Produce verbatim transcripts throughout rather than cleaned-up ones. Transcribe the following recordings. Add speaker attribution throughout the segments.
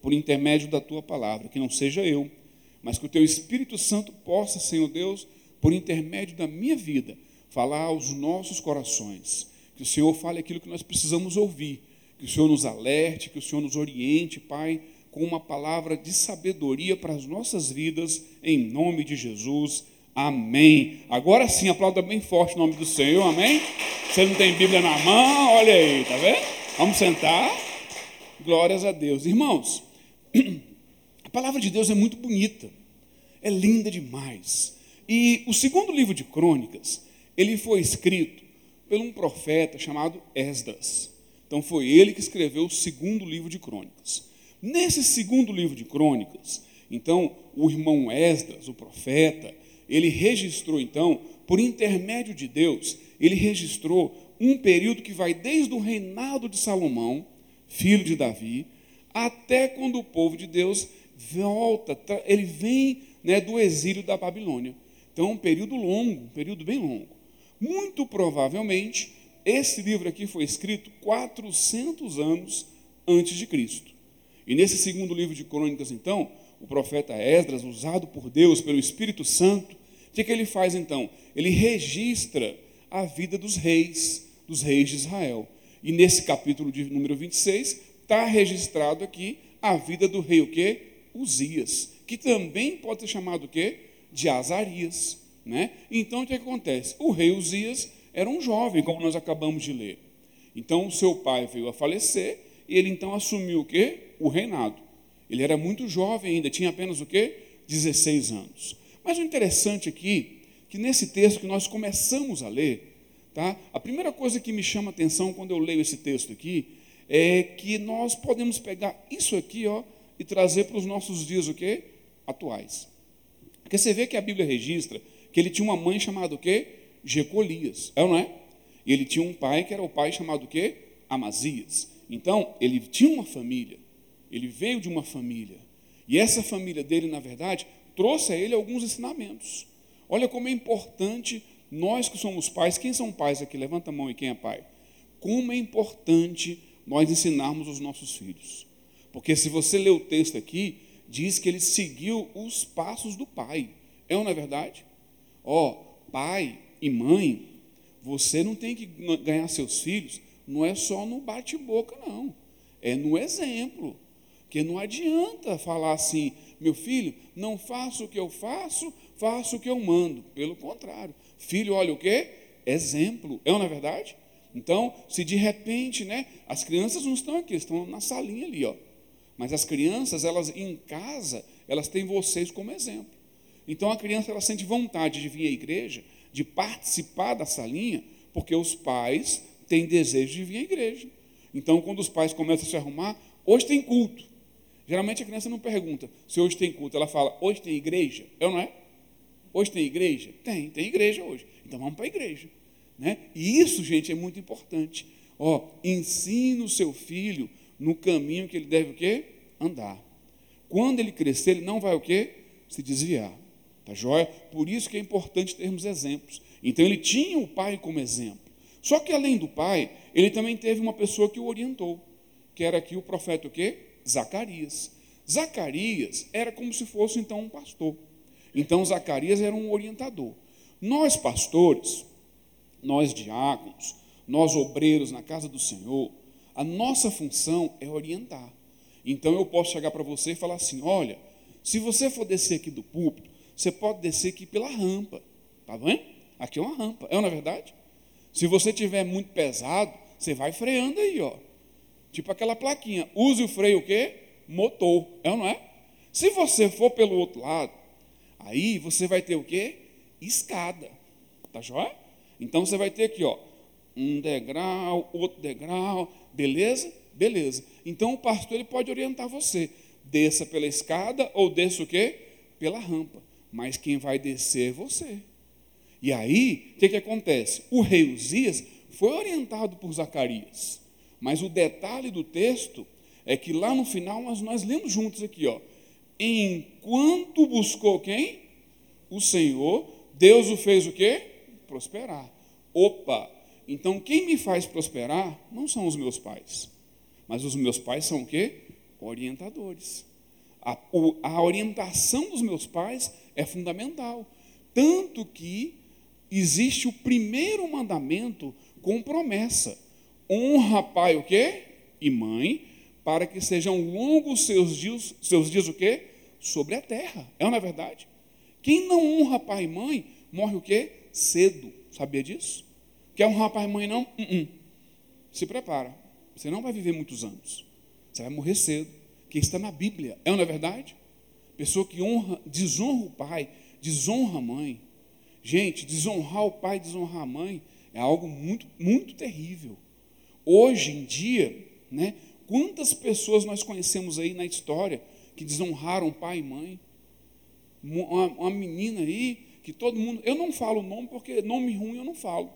Speaker 1: por intermédio da tua palavra, que não seja eu, mas que o teu Espírito Santo possa, Senhor Deus, por intermédio da minha vida, falar aos nossos corações, que o Senhor fale aquilo que nós precisamos ouvir, que o Senhor nos alerte, que o Senhor nos oriente, Pai, com uma palavra de sabedoria para as nossas vidas, em nome de Jesus, amém. Agora sim, aplauda bem forte o nome do Senhor, amém? Você não tem Bíblia na mão, olha aí, tá vendo? Vamos sentar, glórias a Deus. Irmãos, a palavra de Deus é muito bonita, é linda demais. E o segundo livro de Crônicas, ele foi escrito por um profeta chamado Esdras. Então foi ele que escreveu o segundo livro de Crônicas. Nesse segundo livro de Crônicas, então, o irmão Esdras, o profeta, ele registrou, então, por intermédio de Deus, ele registrou um período que vai desde o reinado de Salomão, filho de Davi, até quando o povo de Deus volta, ele vem, né, do exílio da Babilônia. Então, um período longo, um período bem longo. Muito provavelmente, esse livro aqui foi escrito quatrocentos anos antes de Cristo. E nesse segundo livro de Crônicas, então, o profeta Esdras, usado por Deus, pelo Espírito Santo, o que, que ele faz, então? Ele registra a vida dos reis, dos reis de Israel. E nesse capítulo de número vinte e seis, está registrado aqui a vida do rei, o quê? Uzias, que também pode ser chamado o quê? De Azarias, né? Então, o que acontece? O rei Uzias era um jovem, como nós acabamos de ler. Então, o seu pai veio a falecer, e ele então assumiu o quê? O reinado. Ele era muito jovem ainda, tinha apenas o quê? dezesseis anos. Mas o interessante aqui, que nesse texto que nós começamos a ler, tá? A primeira coisa que me chama a atenção quando eu leio esse texto aqui, é que nós podemos pegar isso aqui, ó, e trazer para os nossos dias o quê? Atuais. Porque você vê que a Bíblia registra que ele tinha uma mãe chamada o quê? Jecolias, é ou não é? E ele tinha um pai que era o pai chamado o quê? Amazias. Então, ele tinha uma família, ele veio de uma família, e essa família dele, na verdade, trouxe a ele alguns ensinamentos. Olha como é importante, nós que somos pais, quem são pais aqui? Levanta a mão aí, quem é pai? Como é importante nós ensinarmos os nossos filhos. Porque se você ler o texto aqui, diz que ele seguiu os passos do pai. É ou não é verdade? Ó, pai e mãe, você não tem que ganhar seus filhos, não é só no bate-boca, não. É no exemplo. Porque não adianta falar assim, meu filho, não faça o que eu faço, faça o que eu mando. Pelo contrário. Filho, olha o quê? Exemplo. É ou não é verdade? Então, se de repente, né, as crianças não estão aqui, estão na salinha ali, ó. Mas as crianças, elas em casa, elas têm vocês como exemplo. Então, a criança, ela sente vontade de vir à igreja, de participar da salinha, porque os pais têm desejo de vir à igreja. Então, quando os pais começam a se arrumar, hoje tem culto. Geralmente a criança não pergunta se hoje tem culto, ela fala, hoje tem igreja? É ou não é? Hoje tem igreja? Tem, tem igreja hoje. Então vamos para a igreja. Né? E isso, gente, é muito importante. Ó, ensina o seu filho no caminho que ele deve o quê? Andar. Quando ele crescer, ele não vai o quê? Se desviar. Tá joia? Por isso que é importante termos exemplos. Então ele tinha o pai como exemplo. Só que além do pai, ele também teve uma pessoa que o orientou, que era aqui o profeta o quê? Zacarias. Zacarias era como se fosse então um pastor. Então Zacarias era um orientador. Nós pastores, nós diáconos, nós obreiros na casa do Senhor, a nossa função é orientar. Então eu posso chegar para você e falar assim, olha, se você for descer aqui do púlpito, você pode descer aqui pela rampa, tá vendo? Aqui é uma rampa, é ou não é verdade? Se você tiver muito pesado, você vai freando aí, ó. Tipo aquela plaquinha, use o freio o quê? Motor, é ou não é? Se você for pelo outro lado, aí você vai ter o quê? Escada, tá joia? Então você vai ter aqui, ó, um degrau, outro degrau, beleza? Beleza. Então o pastor ele pode orientar você, desça pela escada ou desça o quê? Pela rampa, mas quem vai descer é você. E aí, o que, que acontece? O rei Uzias foi orientado por Zacarias, mas o detalhe do texto é que lá no final nós, nós lemos juntos aqui, ó, enquanto buscou quem? O Senhor, Deus o fez o quê? Prosperar. Opa, então quem me faz prosperar não são os meus pais, mas os meus pais são o quê? Orientadores. A, o, a orientação dos meus pais é fundamental. Tanto que existe o primeiro mandamento com promessa. Honra pai o quê? E mãe, para que sejam longos seus dias, seus dias o quê? Sobre a terra. É ou não é verdade? Quem não honra pai e mãe, morre o quê? Cedo. Sabia disso? Quer honrar pai e mãe, não? Uh-uh. Se prepara. Você não vai viver muitos anos. Você vai morrer cedo. Que está na Bíblia. É ou não é verdade? Pessoa que honra, desonra o pai, desonra a mãe. Gente, desonrar o pai, desonrar a mãe é algo muito, muito terrível. Hoje em dia, né, quantas pessoas nós conhecemos aí na história que desonraram pai e mãe? Uma, uma menina aí que todo mundo... Eu não falo o nome porque nome ruim eu não falo.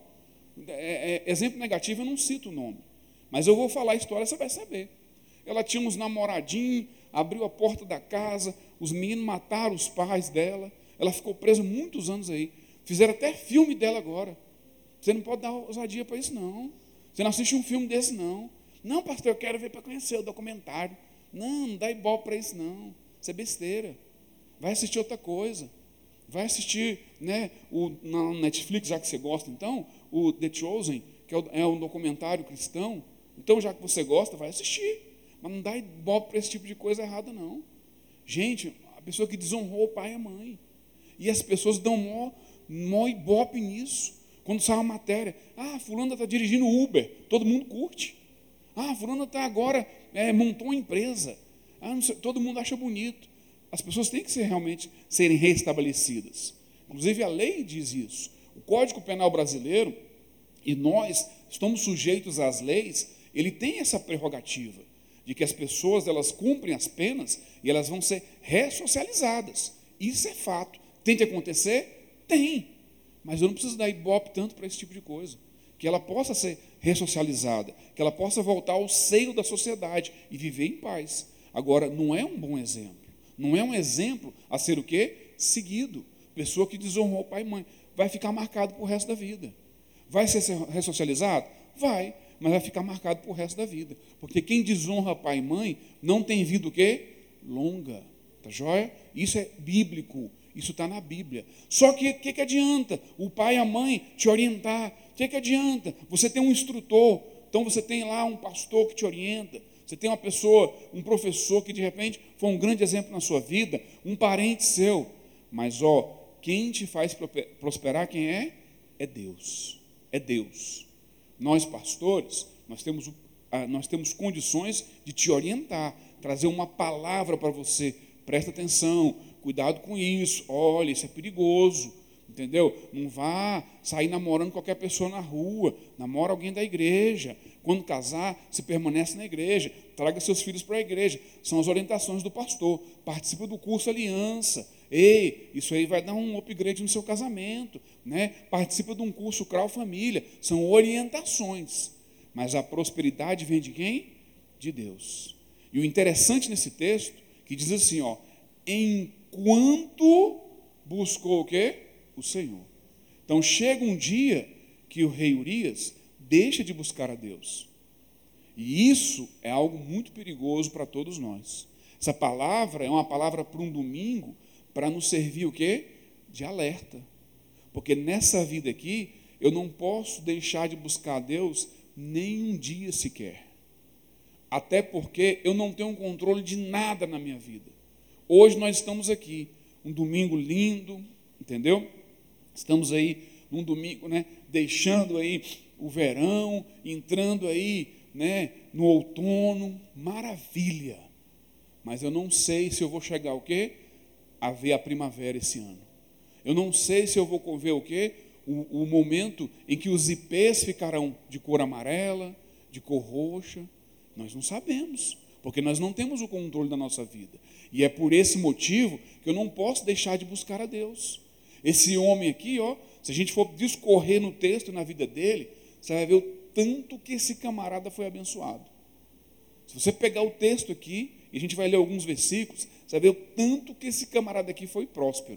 Speaker 1: É, é, exemplo negativo eu não cito o nome. Mas eu vou falar a história, você vai saber. Ela tinha uns namoradinhos, abriu a porta da casa, os meninos mataram os pais dela, ela ficou presa muitos anos aí. Fizeram até filme dela agora. Você não pode dar ousadia para isso, não. Você não assiste um filme desse, não. Não, pastor, eu quero ver para conhecer o documentário. Não, não dá ibope para isso, não. Isso é besteira. Vai assistir outra coisa. Vai assistir, né, o, na Netflix, já que você gosta, então, o The Chosen, que é, o, é um documentário cristão. Então, já que você gosta, vai assistir. Mas não dá ibope para esse tipo de coisa errada, não. Gente, a pessoa que desonrou o pai e a mãe. E as pessoas dão mó, mó ibope nisso. Quando sai uma matéria, ah, fulano está dirigindo Uber, todo mundo curte. Ah, fulano está agora, é, montou uma empresa. Ah, não sei, todo mundo acha bonito. As pessoas têm que ser realmente serem restabelecidas. Inclusive a lei diz isso. O Código Penal brasileiro, e nós estamos sujeitos às leis, ele tem essa prerrogativa de que as pessoas elas cumprem as penas e elas vão ser ressocializadas. Isso é fato. Tem que acontecer? Tem. Mas eu não preciso dar ibope tanto para esse tipo de coisa. Que ela possa ser ressocializada, que ela possa voltar ao seio da sociedade e viver em paz. Agora, não é um bom exemplo. Não é um exemplo a ser o quê? Seguido. Pessoa que desonrou pai e mãe. Vai ficar marcado para o resto da vida. Vai ser ressocializado? Vai. Mas vai ficar marcado para o resto da vida. Porque quem desonra pai e mãe não tem vida o quê? Longa. Tá joia? Isso é bíblico. Isso está na Bíblia. Só que o que, que adianta o pai e a mãe te orientar? O que, que adianta? Você tem um instrutor, então você tem lá um pastor que te orienta, você tem uma pessoa, um professor que de repente foi um grande exemplo na sua vida, um parente seu. Mas, ó, quem te faz prosperar, quem é? É Deus. É Deus. Nós, pastores, nós temos, nós temos condições de te orientar, trazer uma palavra para você. Presta atenção, cuidado com isso, olha, isso é perigoso, entendeu? Não vá sair namorando qualquer pessoa na rua, namora alguém da igreja. Quando casar, se permanece na igreja, traga seus filhos para a igreja. São as orientações do pastor. Participa do curso Aliança. Ei, isso aí vai dar um upgrade no seu casamento, né? Participa de um curso Crau Família. São orientações. Mas a prosperidade vem de quem? De Deus. E o interessante nesse texto, que diz assim, ó, enquanto buscou o quê? O Senhor. Então chega um dia que o rei Urias deixa de buscar a Deus. E isso é algo muito perigoso para todos nós. Essa palavra é uma palavra para um domingo, para nos servir o quê? De alerta. Porque nessa vida aqui, eu não posso deixar de buscar a Deus nem um dia sequer. Até porque eu não tenho controle de nada na minha vida. Hoje nós estamos aqui, um domingo lindo, entendeu? Estamos aí num domingo, né, deixando aí o verão, entrando aí, né, no outono, maravilha. Mas eu não sei se eu vou chegar o quê? A ver a primavera esse ano. Eu não sei se eu vou ver o quê? O, o momento em que os ipês ficarão de cor amarela, de cor roxa. Nós não sabemos, porque nós não temos o controle da nossa vida. E é por esse motivo que eu não posso deixar de buscar a Deus. Esse homem aqui, ó, se a gente for discorrer no texto, na vida dele, você vai ver o tanto que esse camarada foi abençoado. Se você pegar o texto aqui, e a gente vai ler alguns versículos, você vai ver o tanto que esse camarada aqui foi próspero.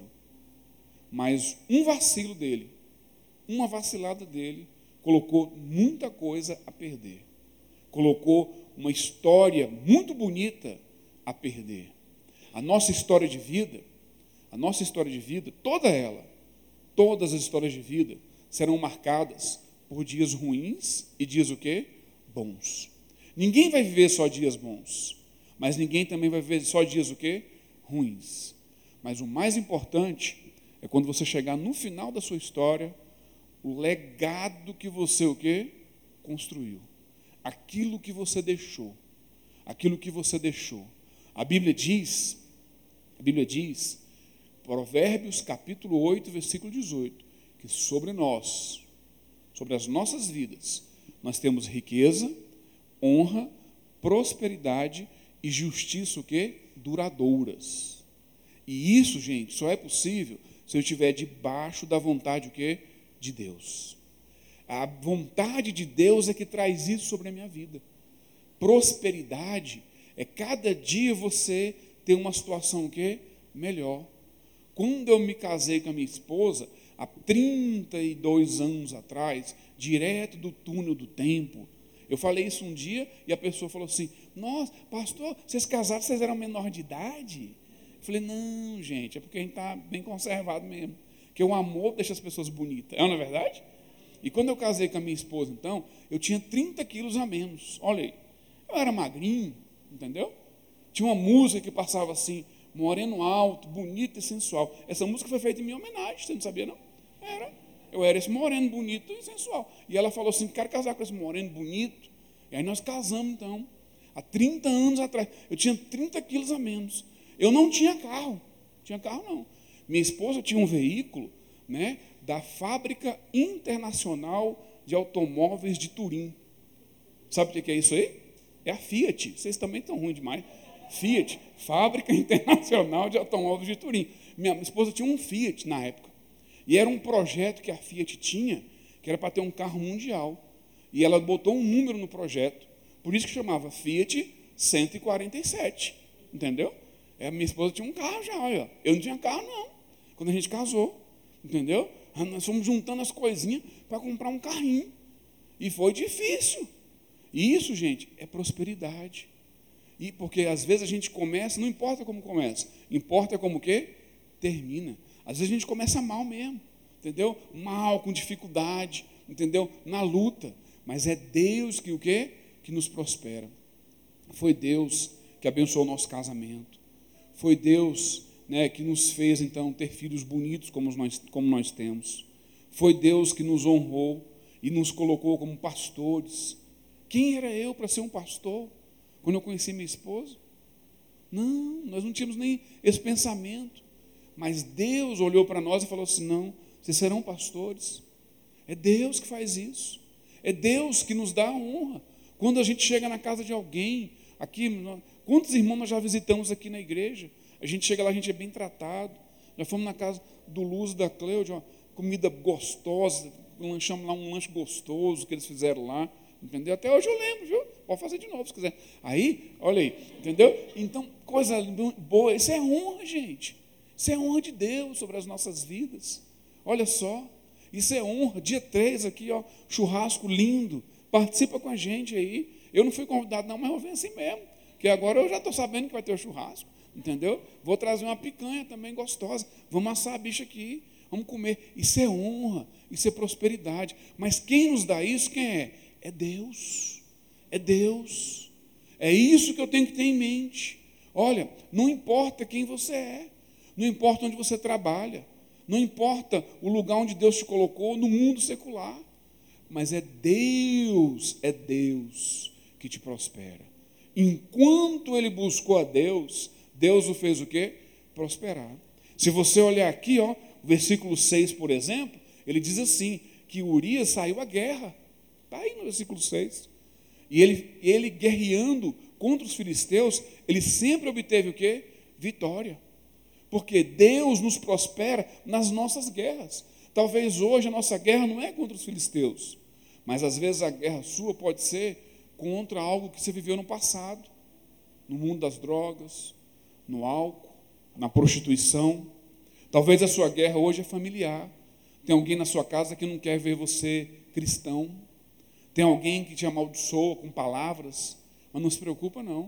Speaker 1: Mas um vacilo dele, uma vacilada dele, colocou muita coisa a perder. Colocou uma história muito bonita a perder. A nossa história de vida, a nossa história de vida, toda ela, todas as histórias de vida serão marcadas por dias ruins e dias o quê? Bons. Ninguém vai viver só dias bons, mas ninguém também vai viver só dias o quê? Ruins. Mas o mais importante é quando você chegar no final da sua história, o legado que você o quê? Construiu. Aquilo que você deixou. Aquilo que você deixou. A Bíblia diz, a Bíblia diz, Provérbios capítulo oito, versículo dezoito, que sobre nós, sobre as nossas vidas, nós temos riqueza, honra, prosperidade e justiça o quê? Duradouras. E isso, gente, só é possível se eu estiver debaixo da vontade o quê? De Deus. A vontade de Deus é que traz isso sobre a minha vida. Prosperidade é cada dia você ter uma situação o quê? Melhor. Quando eu me casei com a minha esposa, há trinta e dois anos atrás, direto do túnel do tempo, eu falei isso um dia e a pessoa falou assim, nossa, pastor, vocês casaram, vocês eram menor de idade? Eu falei, não, gente, é porque a gente está bem conservado mesmo. Porque o amor deixa as pessoas bonitas. É, não é verdade? E quando eu casei com a minha esposa, então, eu tinha trinta quilos a menos. Olha aí, eu era magrinho, entendeu? Tinha uma música que passava assim, moreno alto, bonito e sensual. Essa música foi feita em minha homenagem, você não sabia, não? Era. Eu era esse moreno bonito e sensual. E ela falou assim, quero casar com esse moreno bonito. E aí nós casamos, então. Há trinta anos atrás. Eu tinha trinta quilos a menos. Eu não tinha carro. Tinha carro, não. Minha esposa tinha um veículo, né, da Fábrica Internacional de Automóveis de Turim. Sabe o que é isso aí? É a Fiat. Vocês também estão ruins demais. Fiat, Fábrica Internacional de Automóveis de Turim. Minha esposa tinha um Fiat na época. E era um projeto que a Fiat tinha, que era para ter um carro mundial. E ela botou um número no projeto. Por isso que chamava Fiat cento e quarenta e sete. Entendeu? A minha esposa tinha um carro já, olha. Eu não tinha carro, não. Quando a gente casou. Entendeu? Nós fomos juntando as coisinhas para comprar um carrinho. E foi difícil. E isso, gente, é prosperidade. E porque às vezes a gente começa, não importa como começa, importa como o quê? Termina. Às vezes a gente começa mal mesmo, entendeu? Mal, com dificuldade, entendeu? Na luta. Mas é Deus que o quê? Que nos prospera. Foi Deus que abençoou o nosso casamento. Foi Deus, né, que nos fez, então, ter filhos bonitos como nós, como nós temos. Foi Deus que nos honrou e nos colocou como pastores. Quem era eu para ser um pastor? Quando eu conheci minha esposa? Não, nós não tínhamos nem esse pensamento. Mas Deus olhou para nós e falou assim, não, vocês serão pastores. É Deus que faz isso. É Deus que nos dá a honra. Quando a gente chega na casa de alguém, aqui, quantos irmãos nós já visitamos aqui na igreja? A gente chega lá, a gente é bem tratado. Já fomos na casa do Luz e da Cleude, uma comida gostosa, lanchamos lá um lanche gostoso que eles fizeram lá. Entendeu? Até hoje eu lembro, viu? Pode fazer de novo se quiser. Aí, olha aí, entendeu? Então, coisa boa, isso é honra, gente. Isso é honra de Deus sobre as nossas vidas. Olha só, isso é honra. Dia três aqui, ó, churrasco lindo. Participa com a gente aí. Eu não fui convidado não, mas eu venho assim mesmo. Porque agora eu já estou sabendo que vai ter o churrasco. Entendeu? Vou trazer uma picanha também gostosa. Vamos assar a bicha aqui. Vamos comer. Isso é honra. Isso é prosperidade. Mas quem nos dá isso, quem é? É Deus. É Deus. É isso que eu tenho que ter em mente. Olha, não importa quem você é. Não importa onde você trabalha. Não importa o lugar onde Deus te colocou no mundo secular. Mas é Deus, é Deus que te prospera. Enquanto ele buscou a Deus, Deus o fez o quê? Prosperar. Se você olhar aqui, ó, o versículo seis, por exemplo, ele diz assim, que Urias saiu à guerra. Está aí no versículo seis. E ele, ele guerreando contra os filisteus, ele sempre obteve o quê? Vitória. Porque Deus nos prospera nas nossas guerras. Talvez hoje a nossa guerra não é contra os filisteus, mas às vezes a guerra sua pode ser contra algo que você viveu no passado, no mundo das drogas, no álcool, na prostituição. Talvez a sua guerra hoje é familiar. Tem alguém na sua casa que não quer ver você cristão. Tem alguém que te amaldiçoa com palavras, mas não se preocupa não,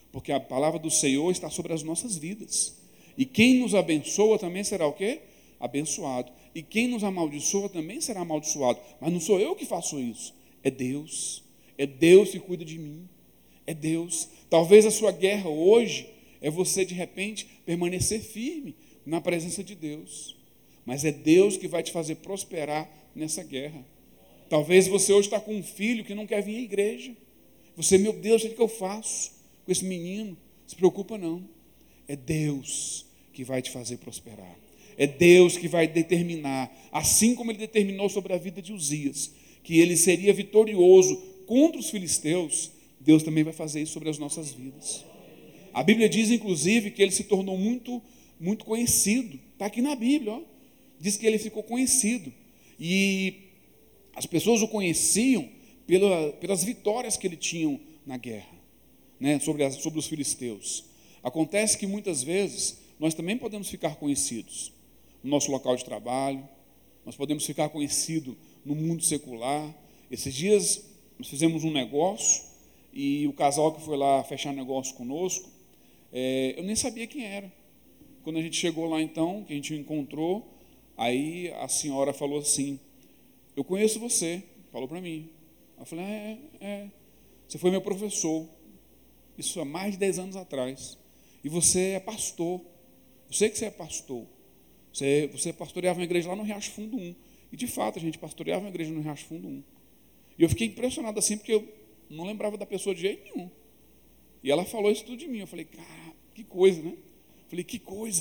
Speaker 1: Porque a palavra do Senhor está sobre as nossas vidas. E quem nos abençoa também será o quê? Abençoado. E quem nos amaldiçoa também será amaldiçoado. Mas não sou eu que faço isso. É Deus. É Deus que cuida de mim. É Deus. Talvez a sua guerra hoje é você, de repente, permanecer firme na presença de Deus. Mas é Deus que vai te fazer prosperar nessa guerra. Talvez você hoje está com um filho que não quer vir à igreja. Você, meu Deus, o que eu faço com esse menino? Não se preocupa não. É Deus que vai te fazer prosperar. É Deus que vai determinar, assim como Ele determinou sobre a vida de Uzias, que ele seria vitorioso contra os filisteus, Deus também vai fazer isso sobre as nossas vidas. A Bíblia diz, inclusive, que ele se tornou muito, muito conhecido. Está aqui na Bíblia, ó. Diz que ele ficou conhecido. E as pessoas o conheciam pela, pelas vitórias que ele tinha na guerra, né, sobre, as, sobre os filisteus. Acontece que muitas vezes nós também podemos ficar conhecidos no nosso local de trabalho, nós podemos ficar conhecidos no mundo secular. Esses dias nós fizemos um negócio e o casal que foi lá fechar negócio conosco, é, eu nem sabia quem era. Quando a gente chegou lá então, que a gente o encontrou, aí a senhora falou assim, eu conheço você, falou para mim. Eu falei, é, é, você foi meu professor, isso há mais de dez anos atrás, e você é pastor, eu sei que você é pastor, você, você pastoreava uma igreja lá no Riacho Fundo um, e de fato a gente pastoreava uma igreja no Riacho Fundo um, e eu fiquei impressionado assim, porque eu não lembrava da pessoa de jeito nenhum, e ela falou isso tudo de mim, eu falei, cara, que coisa, né? Eu falei, que coisa.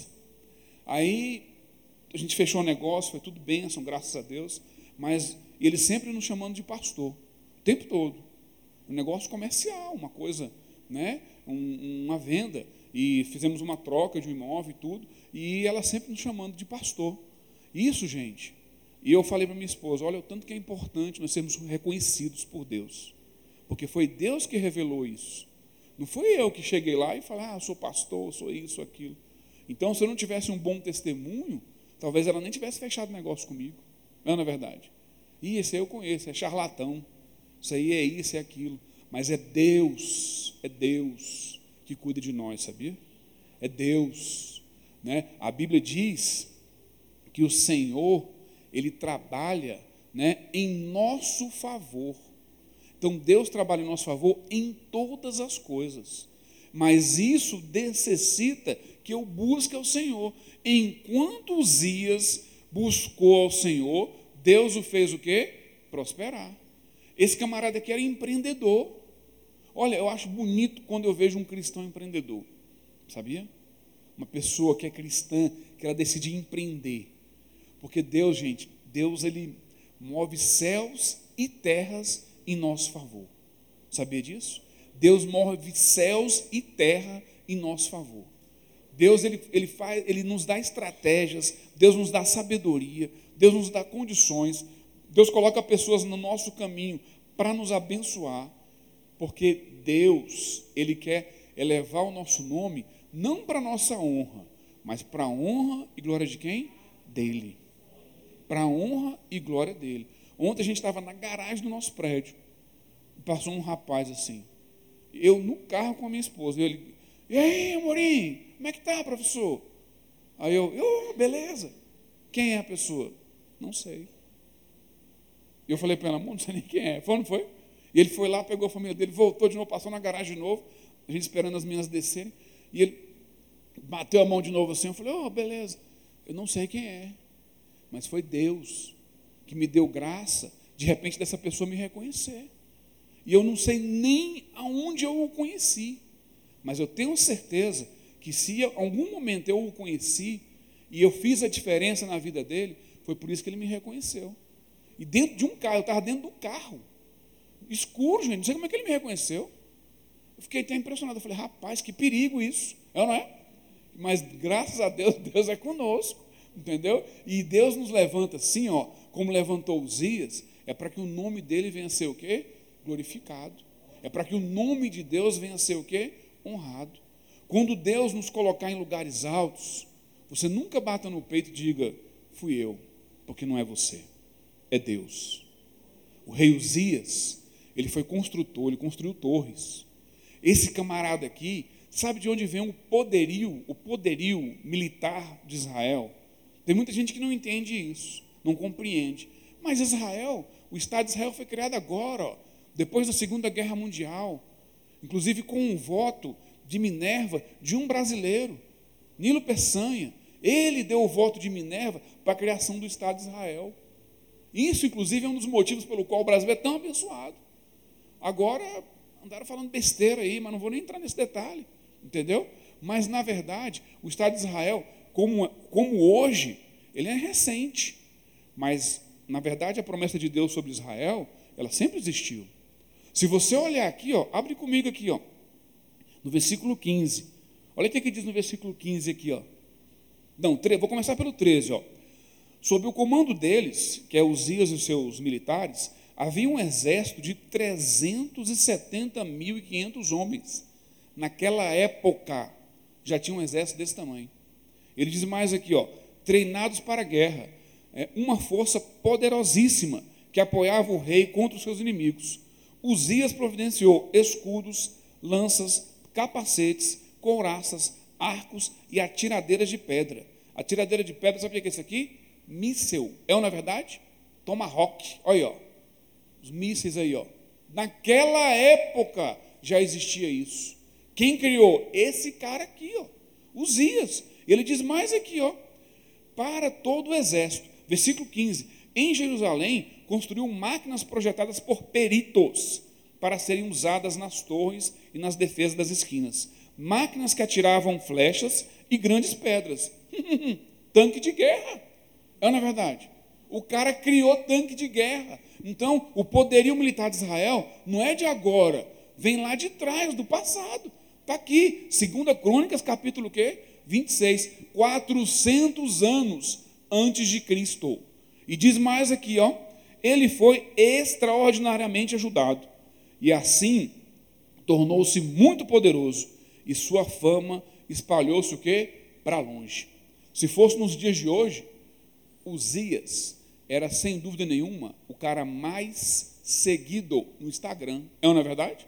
Speaker 1: Aí a gente fechou o negócio, foi tudo bênção, graças a Deus, mas ele sempre nos chamando de pastor, o tempo todo. Um negócio comercial, uma coisa, né? Um, uma venda, e fizemos uma troca de um imóvel e tudo, e ela sempre nos chamando de pastor. Isso, gente. E eu falei para minha esposa, olha o tanto que é importante nós sermos reconhecidos por Deus, porque foi Deus que revelou isso. Não foi eu que cheguei lá e falei, ah, eu sou pastor, eu sou isso, aquilo. Então, se eu não tivesse um bom testemunho, talvez ela nem tivesse fechado negócio comigo. Não é verdade? E esse aí eu conheço, é charlatão. Isso aí é isso, é aquilo. Mas é Deus, é Deus que cuida de nós, sabia? É Deus, né? A Bíblia diz que o Senhor, Ele trabalha, né, em nosso favor. Então, Deus trabalha em nosso favor em todas as coisas. Mas isso necessita que eu busque ao Senhor. Enquanto Uzias buscou ao Senhor, Deus o fez o quê? Prosperar. Esse camarada aqui era empreendedor. Olha, eu acho bonito quando eu vejo um cristão empreendedor. Sabia? Uma pessoa que é cristã, que ela decide empreender. Porque Deus, gente, Deus ele move céus e terras em nosso favor. Sabia disso? Deus move céus e terra em nosso favor. Deus ele, ele, faz, ele nos dá estratégias, Deus nos dá sabedoria, Deus nos dá condições, Deus coloca pessoas no nosso caminho para nos abençoar, porque Deus, Ele quer elevar o nosso nome, não para a nossa honra, mas para a honra e glória de quem? Dele. Para a honra e glória dele. Ontem a gente estava na garagem do nosso prédio, passou um rapaz assim, eu no carro com a minha esposa, ele, e aí, Amorim, como é que tá, professor? Aí eu, oh, beleza. Quem é a pessoa? Não sei. E eu falei para ela, amor, não sei nem quem é. Foi, não foi? E ele foi lá, pegou a família dele, voltou de novo, passou na garagem de novo, a gente esperando as meninas descerem, e ele bateu a mão de novo assim, eu falei, oh, beleza. Eu não sei quem é, mas foi Deus que me deu graça, de repente, dessa pessoa me reconhecer. E eu não sei nem aonde eu o conheci, mas eu tenho certeza que se em algum momento eu o conheci e eu fiz a diferença na vida dele, foi por isso que ele me reconheceu. E dentro de um carro, eu estava dentro do carro, escuro, gente, não sei como é que ele me reconheceu. Eu fiquei até impressionado, eu falei, rapaz, que perigo isso, é ou não é? Mas graças a Deus, Deus é conosco, entendeu? E Deus nos levanta assim, ó, como levantou Uzias, é para que o nome dele venha a ser o quê? Glorificado. É para que o nome de Deus venha a ser o quê? Honrado. Quando Deus nos colocar em lugares altos, você nunca bata no peito e diga, fui eu, porque não é você, é Deus. O rei Uzias, ele foi construtor, ele construiu torres. Esse camarada aqui Sabe de onde vem o poderio, o poderio militar de Israel? Tem muita gente que não entende isso, não compreende. Mas Israel, o Estado de Israel foi criado agora, ó, depois da Segunda Guerra Mundial, inclusive com um voto de Minerva de um brasileiro, Nilo Peçanha. Ele deu o voto de Minerva para a criação do Estado de Israel. Isso, inclusive, é um dos motivos pelo qual o Brasil é tão abençoado. Agora, andaram falando besteira aí, mas não vou nem entrar nesse detalhe, entendeu? Mas, na verdade, o Estado de Israel, como, como hoje, ele é recente. Mas, na verdade, a promessa de Deus sobre Israel, ela sempre existiu. Se você olhar aqui, ó, abre comigo aqui, ó, no versículo quinze. Olha o que, que diz no versículo quinze aqui, ó. Não, tre- vou começar pelo treze, ó. Sob o comando deles, que é Uzias e os seus militares, havia um exército de trezentos e setenta mil e quinhentos homens. Naquela época, já tinha um exército desse tamanho. Ele diz mais aqui, ó, treinados para a guerra, é, uma força poderosíssima que apoiava o rei contra os seus inimigos. Uzias providenciou escudos, lanças, capacetes, couraças, arcos e atiradeiras de pedra. Atiradeira de pedra, sabe o que é isso aqui? Míssel. É ou não é verdade? Tomahawk. Olha aí, ó. Os mísseis aí, ó. Naquela época já existia isso. Quem criou? Esse cara aqui, ó. Uzias. Ele diz mais aqui, ó. Para todo o exército. Versículo quinze. Em Jerusalém, construiu máquinas projetadas por peritos para serem usadas nas torres e nas defesas das esquinas. Máquinas que atiravam flechas e grandes pedras. Tanque de guerra. É na verdade. O cara criou tanque de guerra. Então, o poderio militar de Israel não é de agora, vem lá de trás, do passado. Está aqui, segunda Crônicas, capítulo quê? vinte e seis, quatrocentos anos antes de Cristo. E diz mais aqui, ó, ele foi extraordinariamente ajudado, e assim tornou-se muito poderoso, e sua fama espalhou-se o quê? Para longe. Se fosse nos dias de hoje, Uzias era, sem dúvida nenhuma, o cara mais seguido no Instagram. É ou não é verdade?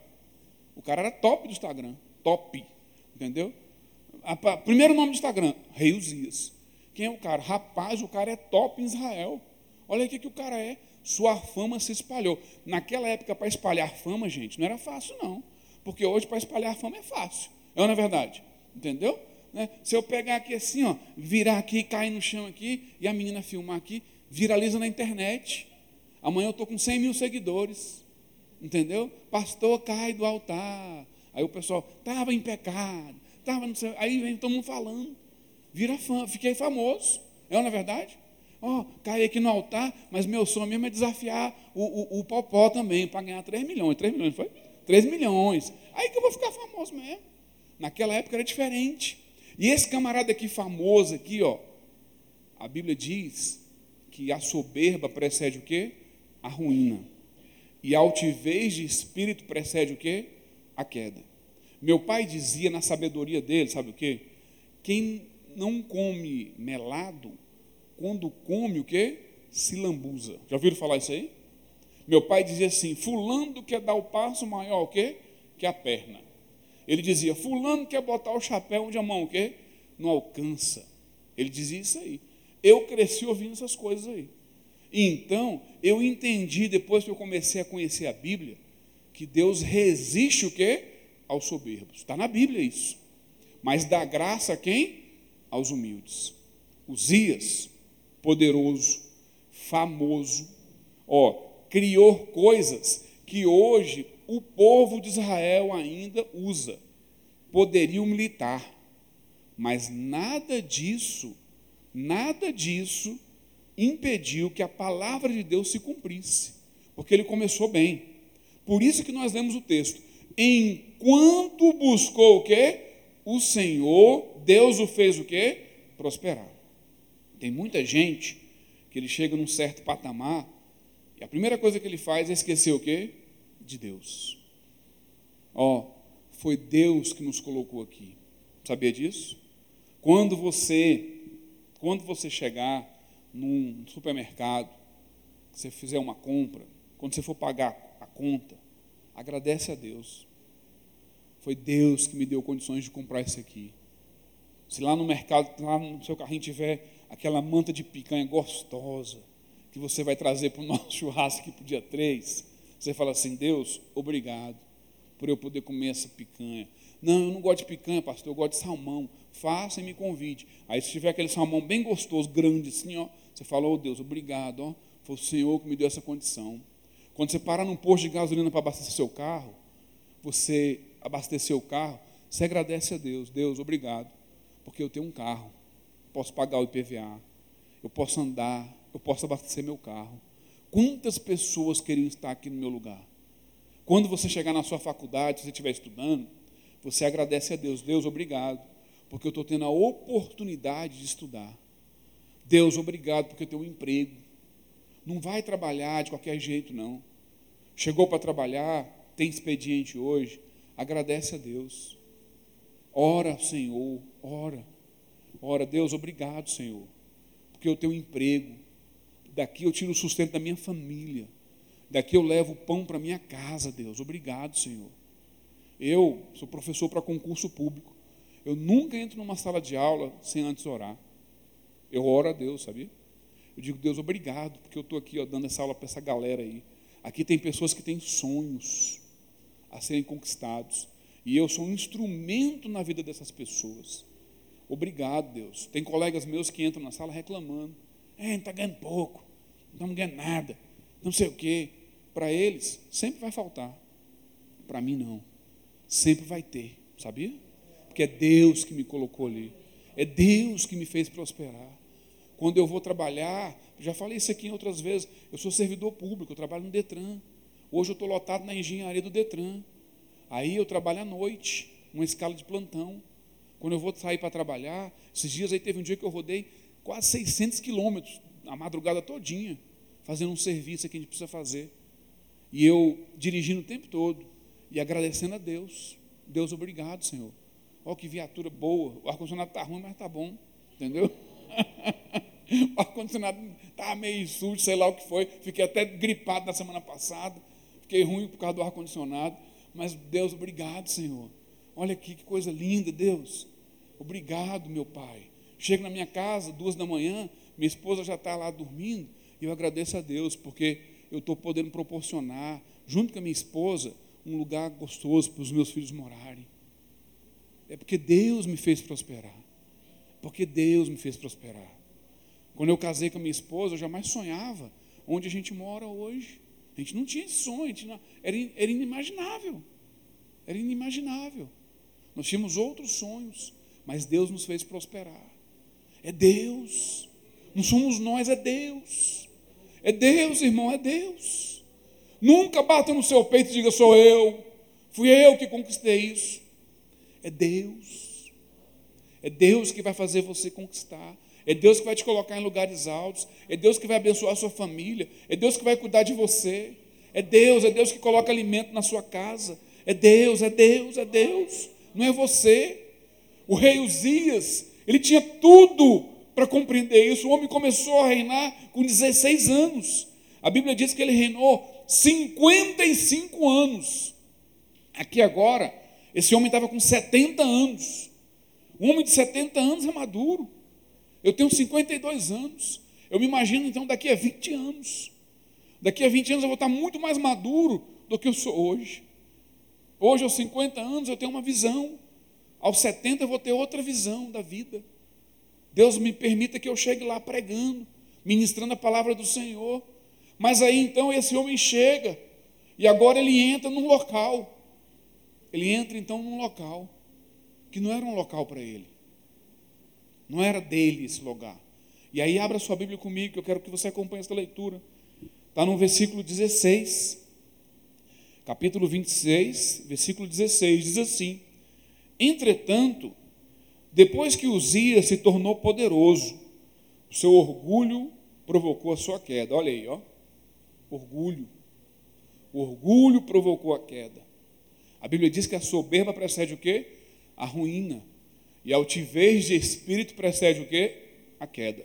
Speaker 1: O cara era top do Instagram. Top. Entendeu? A, a, primeiro nome do Instagram, Rei Uzias. Quem é o cara? Rapaz, o cara é top em Israel. Olha o que o cara é. Sua fama se espalhou. Naquela época, para espalhar fama, gente, não era fácil, não. Porque hoje, para espalhar fama, é fácil. É ou não é verdade? Entendeu? Né? Se eu pegar aqui assim, ó, virar aqui, cair no chão aqui, e a menina filmar aqui, viraliza na internet. Amanhã eu estou com cem mil seguidores. Entendeu? Pastor cai do altar. Aí o pessoal, estava em pecado. Tava no céu. Aí vem todo mundo falando. Vira fã, fiquei famoso. É ou não é verdade? Ó, oh, caí aqui no altar, mas meu sonho mesmo é desafiar o, o, o Popó também, para ganhar três milhões. três milhões, foi? três milhões. Aí que eu vou ficar famoso mesmo. Naquela época era diferente. E esse camarada aqui famoso aqui, ó, a Bíblia diz que a soberba precede o quê? A ruína. E a altivez de espírito precede o quê? A queda. Meu pai dizia na sabedoria dele, sabe o quê? Quem não come melado, quando come o quê? Se lambuza. Já ouviram falar isso aí? Meu pai dizia assim, fulano quer dar o passo maior o quê? Que a perna. Ele dizia, fulano quer botar o chapéu onde a mão o quê? Não alcança. Ele dizia isso aí. Eu cresci ouvindo essas coisas aí. E então, eu entendi, depois que eu comecei a conhecer a Bíblia, que Deus resiste o quê? Aos soberbos. Está na Bíblia isso. Mas dá graça a quem? Aos humildes. Uzias, poderoso, famoso, ó, criou coisas que hoje o povo de Israel ainda usa. Poderio militar. Mas nada disso, nada disso impediu que a palavra de Deus se cumprisse. Porque ele começou bem. Por isso que nós lemos o texto. Enquanto buscou o quê? O Senhor, Deus o fez o quê? Prosperar. Tem muita gente que ele chega num certo patamar e a primeira coisa que ele faz é esquecer o quê? De Deus. Ó, foi Deus que nos colocou aqui. Sabia disso? Quando você, quando você chegar num supermercado, você fizer uma compra, quando você for pagar a conta, agradece a Deus. Foi Deus que me deu condições de comprar isso aqui. Se lá no mercado, lá no seu carrinho tiver aquela manta de picanha gostosa, que você vai trazer para o nosso churrasco aqui para o dia três, você fala assim: Deus, obrigado por eu poder comer essa picanha. Não, eu não gosto de picanha, pastor, eu gosto de salmão. Faça e me convide. Aí se tiver aquele salmão bem gostoso, grande assim, ó, você fala: oh Deus, obrigado, ó, foi o Senhor que me deu essa condição. Quando você parar num posto de gasolina para abastecer seu carro, você abastecer o carro, você agradece a Deus: Deus, obrigado, porque eu tenho um carro, posso pagar o I P V A, eu posso andar, eu posso abastecer meu carro. Quantas pessoas queriam estar aqui no meu lugar? Quando você chegar na sua faculdade, se você estiver estudando, você agradece a Deus: Deus, obrigado, porque eu estou tendo a oportunidade de estudar. Deus, obrigado, porque eu tenho um emprego. Não vai trabalhar de qualquer jeito, não. Chegou para trabalhar, tem expediente hoje, agradece a Deus. Ora, Senhor, ora. Ora, Deus, obrigado, Senhor, porque eu tenho um emprego. Daqui eu tiro o sustento da minha família. Daqui eu levo o pão para minha casa, Deus. Obrigado, Senhor. Eu sou professor para concurso público. Eu nunca entro numa sala de aula sem antes orar. Eu oro a Deus, sabia? Eu digo: Deus, obrigado, porque eu estou aqui, ó, dando essa aula para essa galera aí. Aqui tem pessoas que têm sonhos a serem conquistados. E eu sou um instrumento na vida dessas pessoas. Obrigado, Deus. Tem colegas meus que entram na sala reclamando: é, não está ganhando pouco, não estamos ganhando nada, não sei o quê. Para eles, sempre vai faltar. Para mim, não. Sempre vai ter, sabia? Porque é Deus que me colocou ali. É Deus que me fez prosperar. Quando eu vou trabalhar, já falei isso aqui em outras vezes, eu sou servidor público, eu trabalho no Detran. Hoje eu estou lotado na engenharia do Detran. Aí eu trabalho à noite, uma escala de plantão. Quando eu vou sair para trabalhar, esses dias aí teve um dia que eu rodei quase seiscentos quilômetros, a madrugada todinha, fazendo um serviço que a gente precisa fazer. E eu dirigindo o tempo todo e agradecendo a Deus. Deus, obrigado, Senhor. Olha que viatura boa. O ar-condicionado está ruim, mas está bom. Entendeu? O ar-condicionado estava meio sujo, sei lá o que foi. Fiquei até gripado na semana passada. Fiquei ruim por causa do ar-condicionado. Mas Deus, obrigado, Senhor. Olha aqui que coisa linda, Deus. Obrigado, meu Pai. Chego na minha casa, duas da manhã, minha esposa já está lá dormindo, e eu agradeço a Deus, porque eu estou podendo proporcionar, junto com a minha esposa, um lugar gostoso para os meus filhos morarem. É porque Deus me fez prosperar. Porque Deus me fez prosperar. Quando eu casei com a minha esposa, eu jamais sonhava onde a gente mora hoje. A gente não tinha esse sonho, a gente não, era, era inimaginável. Era inimaginável. Nós tínhamos outros sonhos, mas Deus nos fez prosperar. É Deus. Não somos nós, é Deus. É Deus, irmão, é Deus. Nunca bata no seu peito e diga: sou eu, fui eu que conquistei isso. É Deus. É Deus que vai fazer você conquistar. É Deus que vai te colocar em lugares altos. É Deus que vai abençoar a sua família. É Deus que vai cuidar de você. É Deus, é Deus que coloca alimento na sua casa. É Deus, é Deus, é Deus. Não é você. O rei Uzias, ele tinha tudo para compreender isso. O homem começou a reinar com dezesseis anos. A Bíblia diz que ele reinou cinquenta e cinco anos. Aqui agora, esse homem estava com setenta anos. Um homem de setenta anos é maduro. Eu tenho cinquenta e dois anos. Eu me imagino, então, daqui a vinte anos. Daqui a vinte anos eu vou estar muito mais maduro do que eu sou hoje. Hoje, aos cinquenta anos, eu tenho uma visão. Aos setenta, eu vou ter outra visão da vida. Deus me permita que eu chegue lá pregando, ministrando a palavra do Senhor. Mas aí, então, esse homem chega. E agora ele entra num local. Ele entra, então, num local que não era um local para ele. Não era dele esse lugar. E aí abra sua Bíblia comigo, que eu quero que você acompanhe essa leitura. Está no versículo dezesseis. Capítulo vinte e seis, versículo dezesseis. Diz assim: entretanto, depois que Uzias se tornou poderoso, o seu orgulho provocou a sua queda. Olha aí, ó. Orgulho. O orgulho provocou a queda. A Bíblia diz que a soberba precede o quê? A ruína. E a altivez de espírito precede o quê? A queda.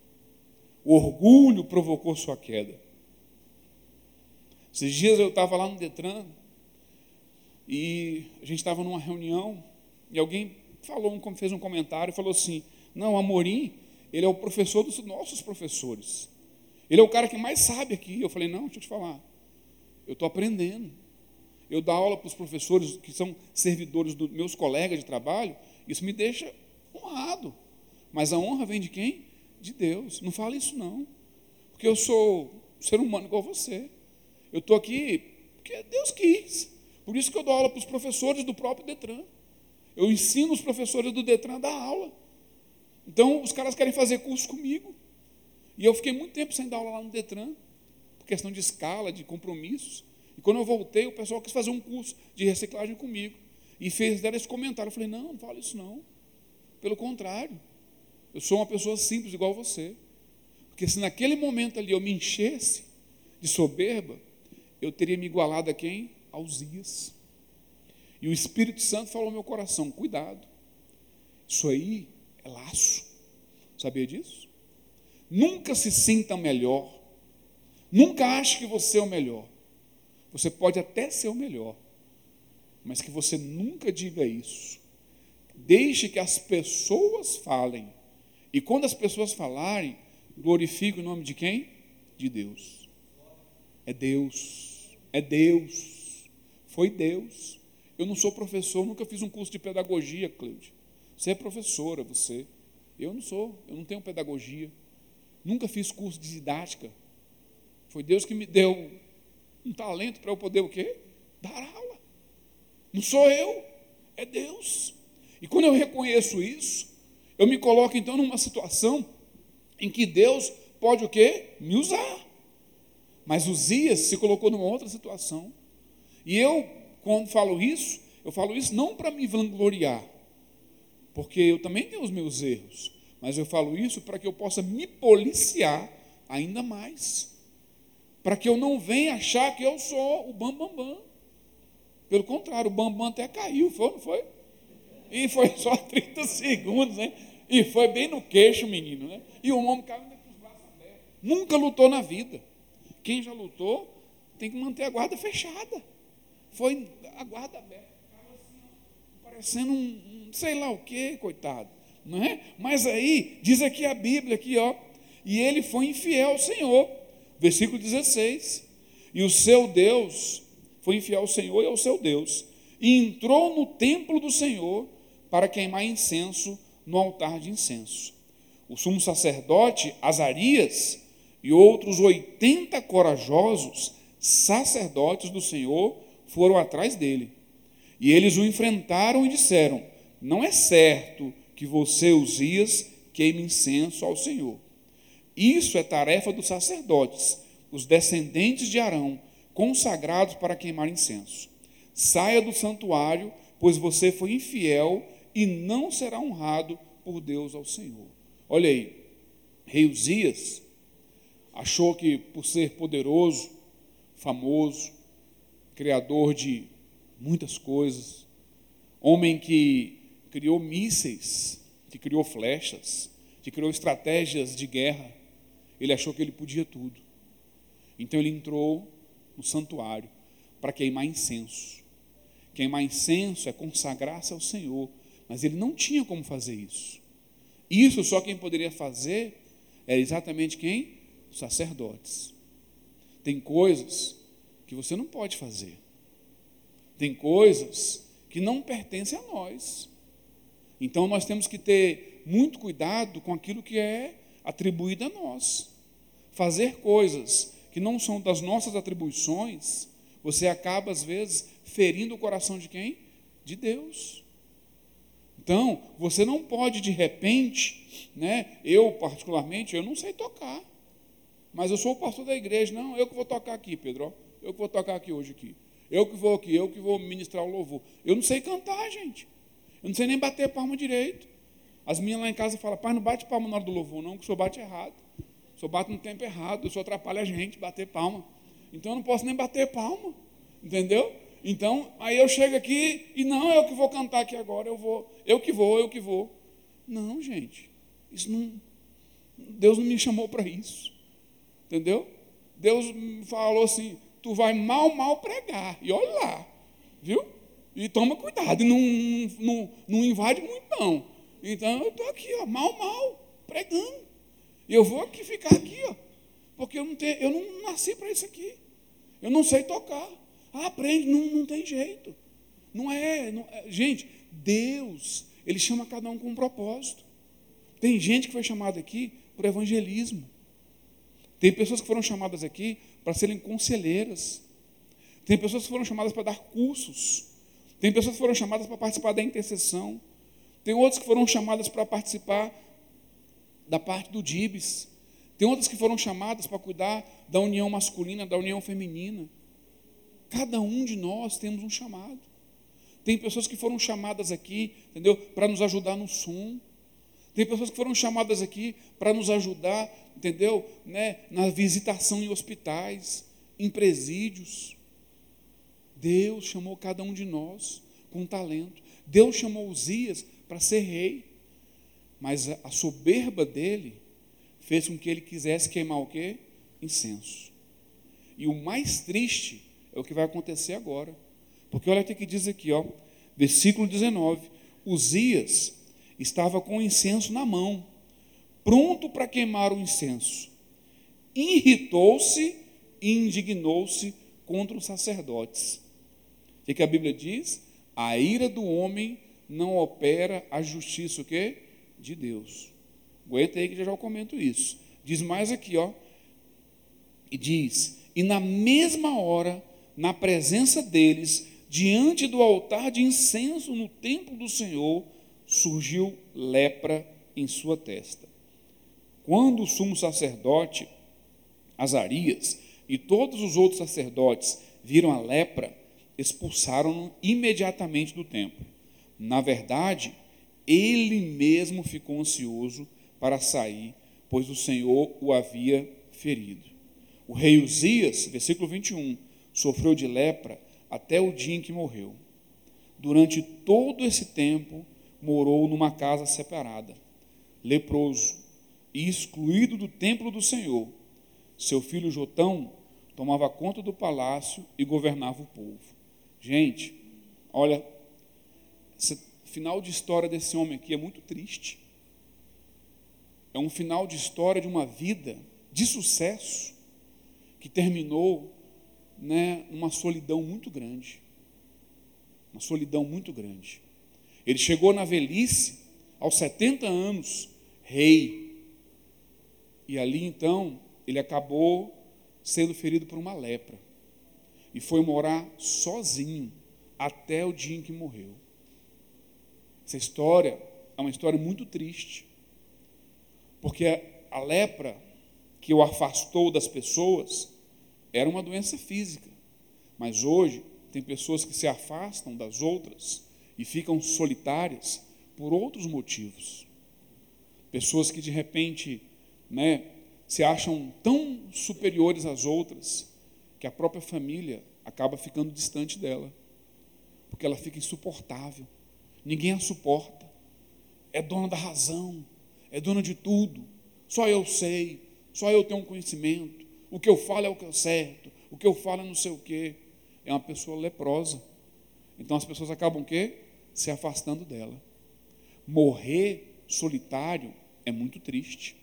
Speaker 1: O orgulho provocou sua queda. Esses dias eu estava lá no Detran, E a gente estava numa reunião e alguém falou, fez um comentário e falou assim, não, Amorim, ele é o professor dos nossos professores. Ele é o cara que mais sabe aqui. Eu falei, não, deixa eu te falar, eu estou aprendendo. Eu dou aula para os professores que são servidores dos meus colegas de trabalho, isso me deixa honrado. Mas a honra vem de quem? De Deus. Não fala isso não, porque eu sou um ser humano igual você. Eu estou aqui porque Deus quis. Por isso que eu dou aula para os professores do próprio Detran. Eu ensino os professores do Detran a dar aula. Então, os caras querem fazer curso comigo. E eu fiquei muito tempo sem dar aula lá no Detran, por questão de escala, de compromissos. E quando eu voltei, o pessoal quis fazer um curso de reciclagem comigo. E fez, deram esse comentário. Eu falei, não, não fala isso não. Pelo contrário, eu sou uma pessoa simples igual você. Porque se naquele momento ali eu me enchesse de soberba, eu teria me igualado a quem? A Uzias. E o Espírito Santo falou ao meu coração, cuidado, isso aí é laço. Sabia disso? Nunca se sinta melhor. Nunca ache que você é o melhor. Você pode até ser o melhor, mas que você nunca diga isso. Deixe que as pessoas falem. E quando as pessoas falarem, glorifique o nome de quem? De Deus. É Deus. É Deus. Foi Deus. Eu não sou professor, nunca fiz um curso de pedagogia, Cleude. Você é professora, você. Eu não sou, eu não tenho pedagogia. Nunca fiz curso de didática. Foi Deus que me deu um talento para eu poder o quê? Dar aula. Não sou eu, é Deus. E quando eu reconheço isso, eu me coloco então numa situação em que Deus pode o quê? Me usar. Mas Uzias se colocou numa outra situação. E eu, quando falo isso, eu falo isso não para me vangloriar, porque eu também tenho os meus erros, mas eu falo isso para que eu possa me policiar ainda mais, para que eu não venha achar que eu sou o bam, bam, bam. Pelo contrário, o bam, bam até caiu, foi, não foi? E foi só trinta segundos, né? E foi bem no queixo, menino, né? E o homem caiu com os braços abertos. Nunca lutou na vida. Quem já lutou tem que manter a guarda fechada. Foi a guarda aberta, assim, parecendo um, um sei lá o quê, coitado, não é? Mas aí, diz aqui a Bíblia, aqui, ó, e ele foi infiel ao Senhor, versículo dezesseis, e o seu Deus, foi infiel ao Senhor e ao seu Deus, e entrou no templo do Senhor para queimar incenso no altar de incenso. O sumo sacerdote Azarias e outros oitenta corajosos sacerdotes do Senhor foram atrás dele. E eles o enfrentaram e disseram, não é certo que você, Uzias, queime incenso ao Senhor. Isso é tarefa dos sacerdotes, os descendentes de Arão, consagrados para queimar incenso. Saia do santuário, pois você foi infiel e não será honrado por Deus ao Senhor. Olha aí, rei Uzias achou que por ser poderoso, famoso, criador de muitas coisas, homem que criou mísseis, que criou flechas, que criou estratégias de guerra, ele achou que ele podia tudo. Então ele entrou no santuário para queimar incenso. Queimar incenso é consagrar-se ao Senhor, mas ele não tinha como fazer isso. Isso só quem poderia fazer era exatamente quem? Os sacerdotes. Tem coisas que você não pode fazer. Tem coisas que não pertencem a nós. Então nós temos que ter muito cuidado com aquilo que é atribuído a nós. Fazer coisas que não são das nossas atribuições, você acaba às vezes ferindo o coração de quem? De Deus. Então, você não pode de repente, né, eu particularmente, eu não sei tocar, mas eu sou o pastor da igreja, não, eu que vou tocar aqui, Pedro, eu que vou tocar aqui hoje aqui, eu que vou aqui, eu que vou ministrar o louvor. Eu não sei cantar, gente, eu não sei nem bater palma direito. As minhas lá em casa falam, pai, não bate palma na hora do louvor não, que o senhor bate errado, o senhor bate no tempo errado, o senhor atrapalha a gente bater palma, então eu não posso nem bater palma, entendeu? Então, aí eu chego aqui e não, eu que vou cantar aqui agora, eu vou, eu que vou, eu que vou. Não, gente, isso não, Deus não me chamou para isso, entendeu? Deus me falou assim, tu vai mal, mal pregar, e olha lá, viu? E toma cuidado, e não, não, não invade muito não. Então eu estou aqui, ó, mal, mal, pregando. E eu vou aqui ficar aqui, ó, porque eu não, tenho, eu não nasci para isso aqui. Eu não sei tocar. Ah, aprende, não, não tem jeito. Não é, não é. Gente, Deus, Ele chama cada um com um propósito. Tem gente que foi chamada aqui por evangelismo. Tem pessoas que foram chamadas aqui para serem conselheiras. Tem pessoas que foram chamadas para dar cursos. Tem pessoas que foram chamadas para participar da intercessão. Tem outras que foram chamadas para participar da parte do D I B S. Tem outras que foram chamadas para cuidar da união masculina, da união feminina. Cada um de nós temos um chamado. Tem pessoas que foram chamadas aqui, entendeu, para nos ajudar no som. Tem pessoas que foram chamadas aqui para nos ajudar, entendeu, né, na visitação em hospitais, em presídios. Deus chamou cada um de nós com talento. Deus chamou Uzias para ser rei, mas a soberba dele fez com que ele quisesse queimar o quê? Incenso. E o mais triste é o que vai acontecer agora. Porque olha o que diz aqui, ó, versículo dezenove. Uzias estava com o incenso na mão, pronto para queimar o incenso. Irritou-se e indignou-se contra os sacerdotes. O que, que a Bíblia diz? A ira do homem não opera a justiça o quê? De Deus. Aguenta aí que já já eu comento isso. Diz mais aqui, ó. E diz, e na mesma hora, na presença deles, diante do altar de incenso no templo do Senhor, surgiu lepra em sua testa. Quando o sumo sacerdote, Azarias, e todos os outros sacerdotes viram a lepra, expulsaram-no imediatamente do templo. Na verdade, ele mesmo ficou ansioso para sair, pois o Senhor o havia ferido. O rei Uzias, versículo vinte e um, sofreu de lepra até o dia em que morreu. Durante todo esse tempo, morou numa casa separada, leproso e excluído do templo do Senhor. Seu filho Jotão tomava conta do palácio e governava o povo. Gente, olha, esse final de história desse homem aqui é muito triste. É um final de história de uma vida de sucesso que terminou, né, numa solidão muito grande. Uma solidão muito grande. Ele chegou na velhice, aos setenta anos, rei. E ali, então, ele acabou sendo ferido por uma lepra. E foi morar sozinho até o dia em que morreu. Essa história é uma história muito triste. Porque a lepra que o afastou das pessoas era uma doença física. Mas hoje tem pessoas que se afastam das outras e ficam solitárias por outros motivos. Pessoas que de repente, né, se acham tão superiores às outras que a própria família acaba ficando distante dela, porque ela fica insuportável. Ninguém a suporta. É dona da razão, é dona de tudo. Só eu sei, só eu tenho um conhecimento. O que eu falo é o que é certo, o que eu falo é não sei o quê. É uma pessoa leprosa. Então as pessoas acabam o quê? Se afastando dela. Morrer solitário é muito triste.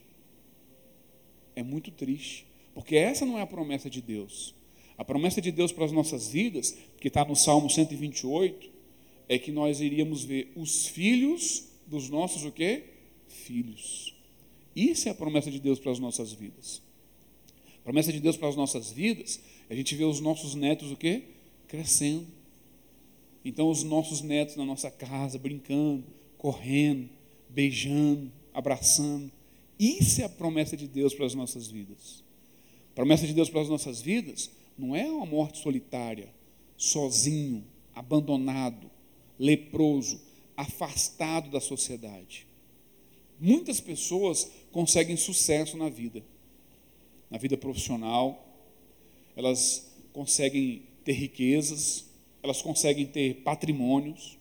Speaker 1: É muito triste. Porque essa não é a promessa de Deus. A promessa de Deus para as nossas vidas, que está no Salmo cento e vinte e oito, é que nós iríamos ver os filhos dos nossos o quê? Filhos. Isso é a promessa de Deus para as nossas vidas. A promessa de Deus para as nossas vidas é a gente ver os nossos netos o quê? Crescendo. Então os nossos netos na nossa casa, brincando, correndo, beijando, abraçando. Isso é a promessa de Deus para as nossas vidas. A promessa de Deus para as nossas vidas não é uma morte solitária, sozinho, abandonado, leproso, afastado da sociedade. Muitas pessoas conseguem sucesso na vida, na vida profissional, elas conseguem ter riquezas, elas conseguem ter patrimônios,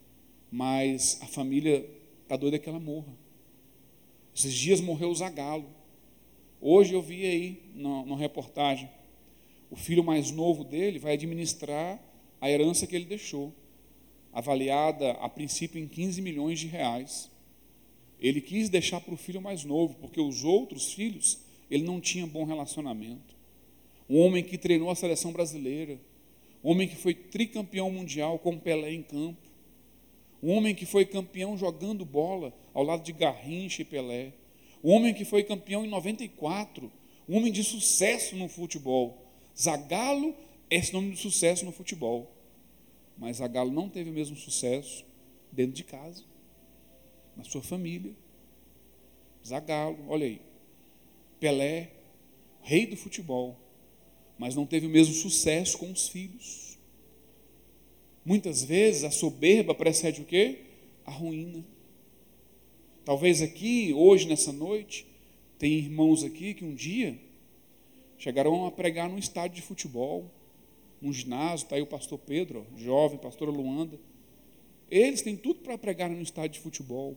Speaker 1: mas a família está doida que ela morra. Esses dias morreu o Zagalo. Hoje eu vi aí, numa reportagem, o filho mais novo dele vai administrar a herança que ele deixou. avaliada a princípio em quinze milhões de reais. Ele quis deixar para o filho mais novo, porque os outros filhos, ele não tinha bom relacionamento. Um homem que treinou a seleção brasileira, um homem que foi tricampeão mundial com Pelé em campo, um homem que foi campeão jogando bola ao lado de Garrincha e Pelé, um homem que foi campeão em noventa e quatro, um homem de sucesso no futebol. Zagallo é sinônimo de sucesso no futebol, mas Zagallo não teve o mesmo sucesso dentro de casa, na sua família. Zagallo, olha aí, Pelé, rei do futebol, mas não teve o mesmo sucesso com os filhos. Muitas vezes a soberba precede o quê? A ruína. Talvez aqui, hoje, nessa noite, tem irmãos aqui que um dia chegarão a pregar num estádio de futebol, num ginásio. Está aí o pastor Pedro, ó, jovem, pastora Luanda. Eles têm tudo para pregar num estádio de futebol.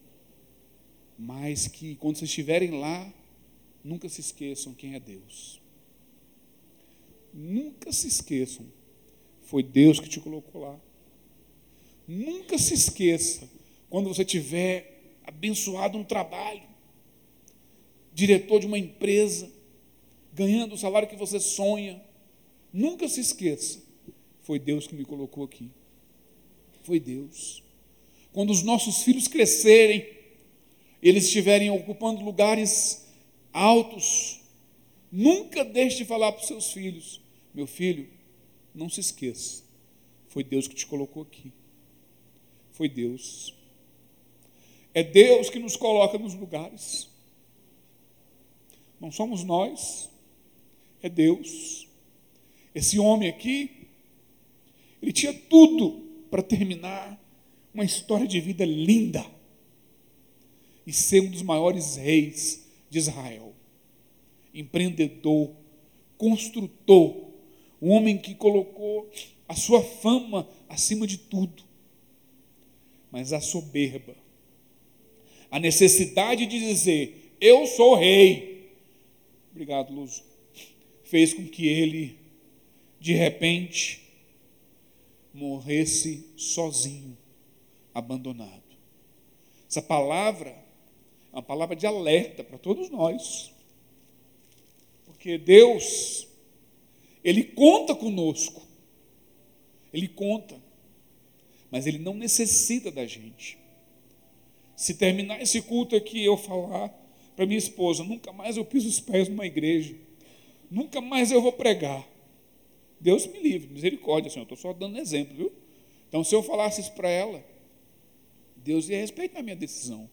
Speaker 1: Mas que quando vocês estiverem lá, nunca se esqueçam quem é Deus. Nunca se esqueçam, foi Deus que te colocou lá. Nunca se esqueça, quando você estiver abençoado no trabalho, diretor de uma empresa, ganhando o salário que você sonha, nunca se esqueça, foi Deus que me colocou aqui. Foi Deus. Quando os nossos filhos crescerem, eles estiverem ocupando lugares altos, nunca deixe de falar para os seus filhos: meu filho, não se esqueça, foi Deus que te colocou aqui. Foi Deus. É Deus que nos coloca nos lugares. Não somos nós, é Deus. Esse homem aqui, ele tinha tudo para terminar uma história de vida linda e ser um dos maiores reis de Israel. Empreendedor, construtor, um homem que colocou a sua fama acima de tudo. Mas a soberba, a necessidade de dizer, eu sou rei, obrigado, Lúcio, fez com que ele, de repente, morresse sozinho, abandonado. Essa palavra é uma palavra de alerta para todos nós. Porque Deus, Ele conta conosco, Ele conta, mas Ele não necessita da gente. Se terminar esse culto aqui, eu falar para minha esposa, nunca mais eu piso os pés numa igreja, nunca mais eu vou pregar, Deus me livre, misericórdia, Senhor, eu estou só dando exemplo, viu? Então, se eu falasse isso para ela, Deus ia respeitar a minha decisão,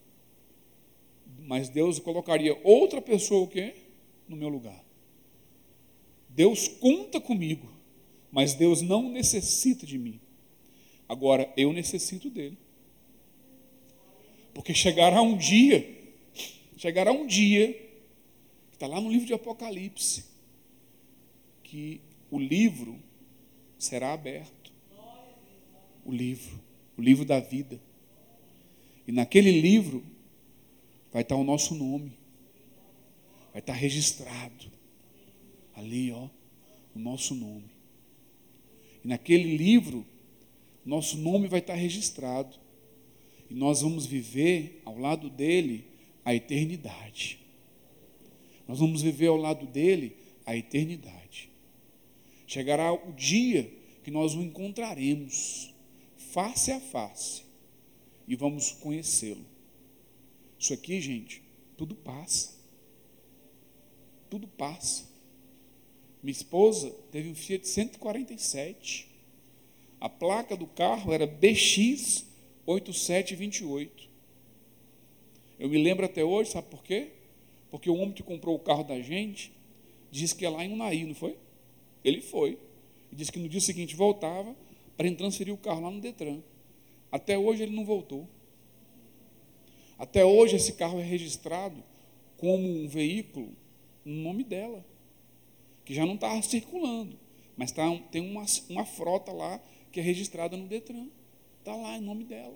Speaker 1: mas Deus colocaria outra pessoa o quê? No meu lugar. Deus conta comigo, mas Deus não necessita de mim. Agora, eu necessito dele. Porque chegará um dia, chegará um dia, que está lá no livro de Apocalipse, que o livro será aberto. O livro, o livro da vida. E naquele livro vai estar o nosso nome. Vai estar registrado ali, ó, o nosso nome. E naquele livro, nosso nome vai estar registrado. E nós vamos viver ao lado dele a eternidade. Nós vamos viver ao lado dele a eternidade. Chegará o dia que nós o encontraremos face a face e vamos conhecê-lo. Isso aqui, gente, tudo passa. Tudo passa. Minha esposa teve um Fiat cento e quarenta e sete. A placa do carro era B X oito sete dois oito. Eu me lembro até hoje, sabe por quê? Porque o homem que comprou o carro da gente disse que ia lá em Unai, não foi? Ele foi. E disse que no dia seguinte voltava para ele transferir o carro lá no Detran. Até hoje ele não voltou. Até hoje esse carro é registrado como um veículo no nome dela, que já não está circulando, mas tá, tem uma, uma frota lá que é registrada no Detran. Está lá em nome dela.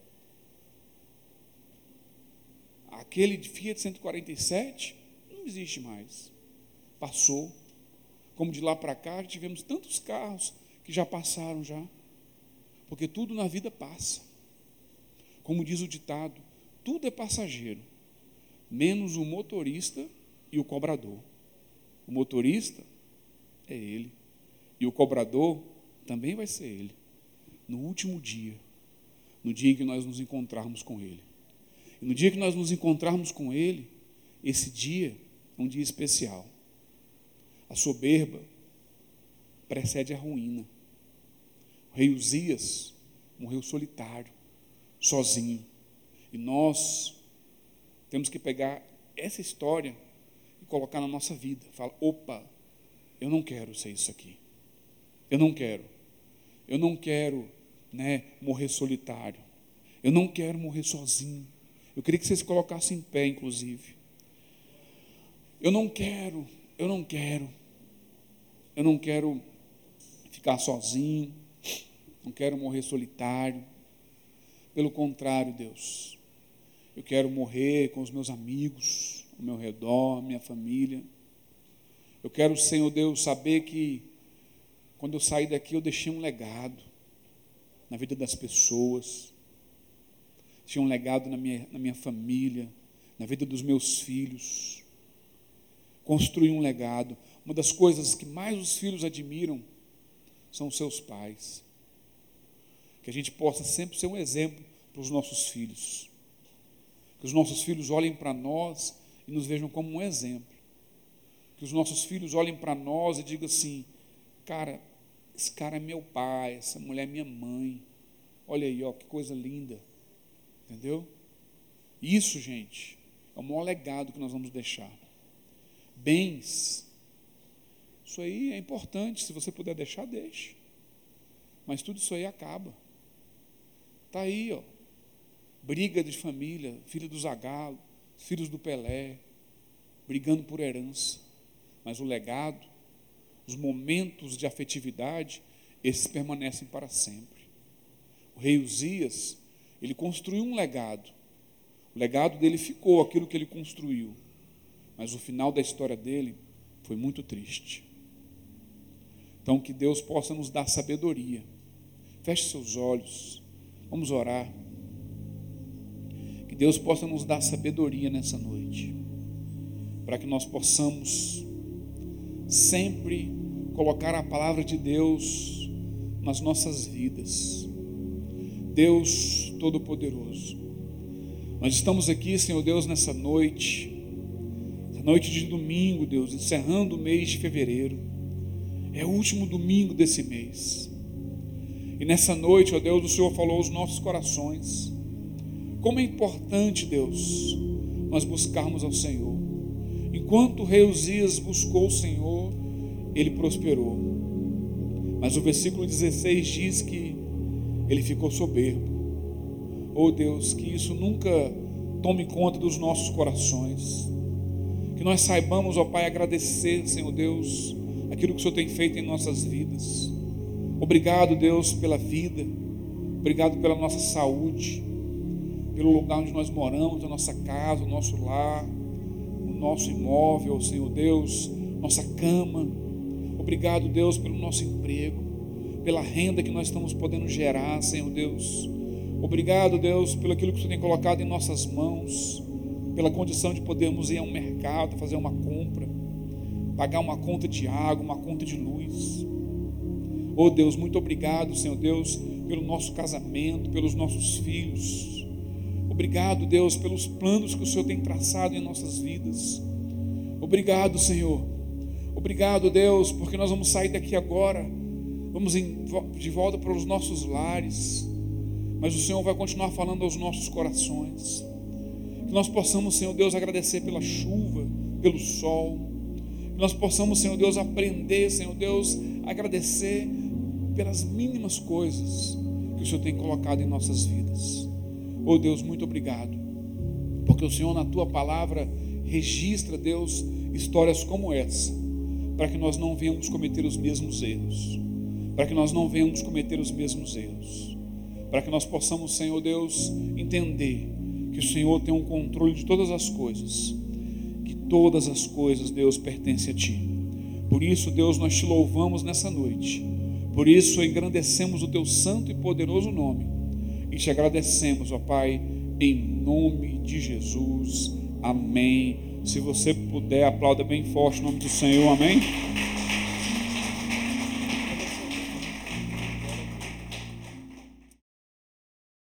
Speaker 1: Aquele Fiat cento e quarenta e sete não existe mais. Passou. Como de lá para cá, tivemos tantos carros que já passaram já. Porque tudo na vida passa. Como diz o ditado, tudo é passageiro, menos o motorista e o cobrador. O motorista é ele, e o cobrador também vai ser ele, no último dia, no dia em que nós nos encontrarmos com ele. E no dia que nós nos encontrarmos com ele, esse dia é um dia especial. A soberba precede a ruína. O rei Uzias morreu solitário, sozinho. E nós temos que pegar essa história e colocar na nossa vida. Fala, opa, eu não quero ser isso aqui. Eu não quero. Eu não quero, né, morrer solitário. Eu não quero morrer sozinho. Eu queria que vocês se colocassem em pé, inclusive. Eu não quero, eu não quero. Eu não quero ficar sozinho. Não quero morrer solitário. Pelo contrário, Deus, eu quero morrer com os meus amigos, ao meu redor, minha família. Eu quero, Senhor Deus, saber que quando eu sair daqui eu deixei um legado na vida das pessoas, deixei um legado na minha, na minha família, na vida dos meus filhos. Construir um legado. Uma das coisas que mais os filhos admiram são os seus pais. Que a gente possa sempre ser um exemplo para os nossos filhos. Que os nossos filhos olhem para nós e nos vejam como um exemplo. Que os nossos filhos olhem para nós e digam assim, cara, esse cara é meu pai, essa mulher é minha mãe. Olha aí, ó, que coisa linda. Entendeu? Isso, gente, é o maior legado que nós vamos deixar. Bens, isso aí é importante, se você puder deixar, deixe. Mas tudo isso aí acaba. Está aí, ó, briga de família, filho do Zagallo, filhos do Pelé, brigando por herança. Mas o legado, os momentos de afetividade, esses permanecem para sempre. O rei Uzias, ele construiu um legado. O legado dele ficou, aquilo que ele construiu. Mas o final da história dele foi muito triste. Então, que Deus possa nos dar sabedoria. Feche seus olhos. Vamos orar. Que Deus possa nos dar sabedoria nessa noite. Para que nós possamos sempre colocar a palavra de Deus nas nossas vidas. Deus Todo-Poderoso, nós estamos aqui, Senhor Deus, nessa noite, essa noite de domingo, Deus, encerrando o mês de fevereiro. É o último domingo desse mês. E nessa noite, ó Deus, o Senhor falou aos nossos corações. Como é importante, Deus, nós buscarmos ao Senhor. Enquanto o rei Uzias buscou o Senhor, ele prosperou. Mas o versículo dezesseis diz que ele ficou soberbo. Oh Deus, que isso nunca tome conta dos nossos corações. Que nós saibamos, ó Pai, agradecer, Senhor Deus, aquilo que o Senhor tem feito em nossas vidas. Obrigado, Deus, pela vida. Obrigado pela nossa saúde, pelo lugar onde nós moramos, a nossa casa, o nosso lar, o nosso imóvel, Senhor Deus, nossa cama. Obrigado, Deus, pelo nosso emprego, pela renda que nós estamos podendo gerar, Senhor Deus. Obrigado, Deus, pelo aquilo que o Senhor tem colocado em nossas mãos, pela condição de podermos ir a um mercado, fazer uma compra, pagar uma conta de água, uma conta de luz. Oh Deus, muito obrigado, Senhor Deus, pelo nosso casamento, pelos nossos filhos. Obrigado, Deus, pelos planos que o Senhor tem traçado em nossas vidas. Obrigado, Senhor. Obrigado, Deus, porque nós vamos sair daqui agora, vamos em, de volta para os nossos lares, mas o Senhor vai continuar falando aos nossos corações. Que nós possamos, Senhor Deus, agradecer pela chuva, pelo sol. Que nós possamos, Senhor Deus, aprender, Senhor Deus, a agradecer pelas mínimas coisas que o Senhor tem colocado em nossas vidas. Oh Deus, muito obrigado, porque o Senhor na Tua palavra registra, Deus, histórias como essa, para que nós não venhamos cometer os mesmos erros, para que nós não venhamos cometer os mesmos erros, para que nós possamos, Senhor Deus, entender que o Senhor tem um controle de todas as coisas, que todas as coisas, Deus, pertencem a Ti. Por isso, Deus, nós Te louvamos nessa noite, Por isso engrandecemos o teu santo e poderoso nome e te agradecemos, ó Pai, em nome de Jesus. Amém. Se você puder, aplauda bem forte o nome do Senhor. Amém.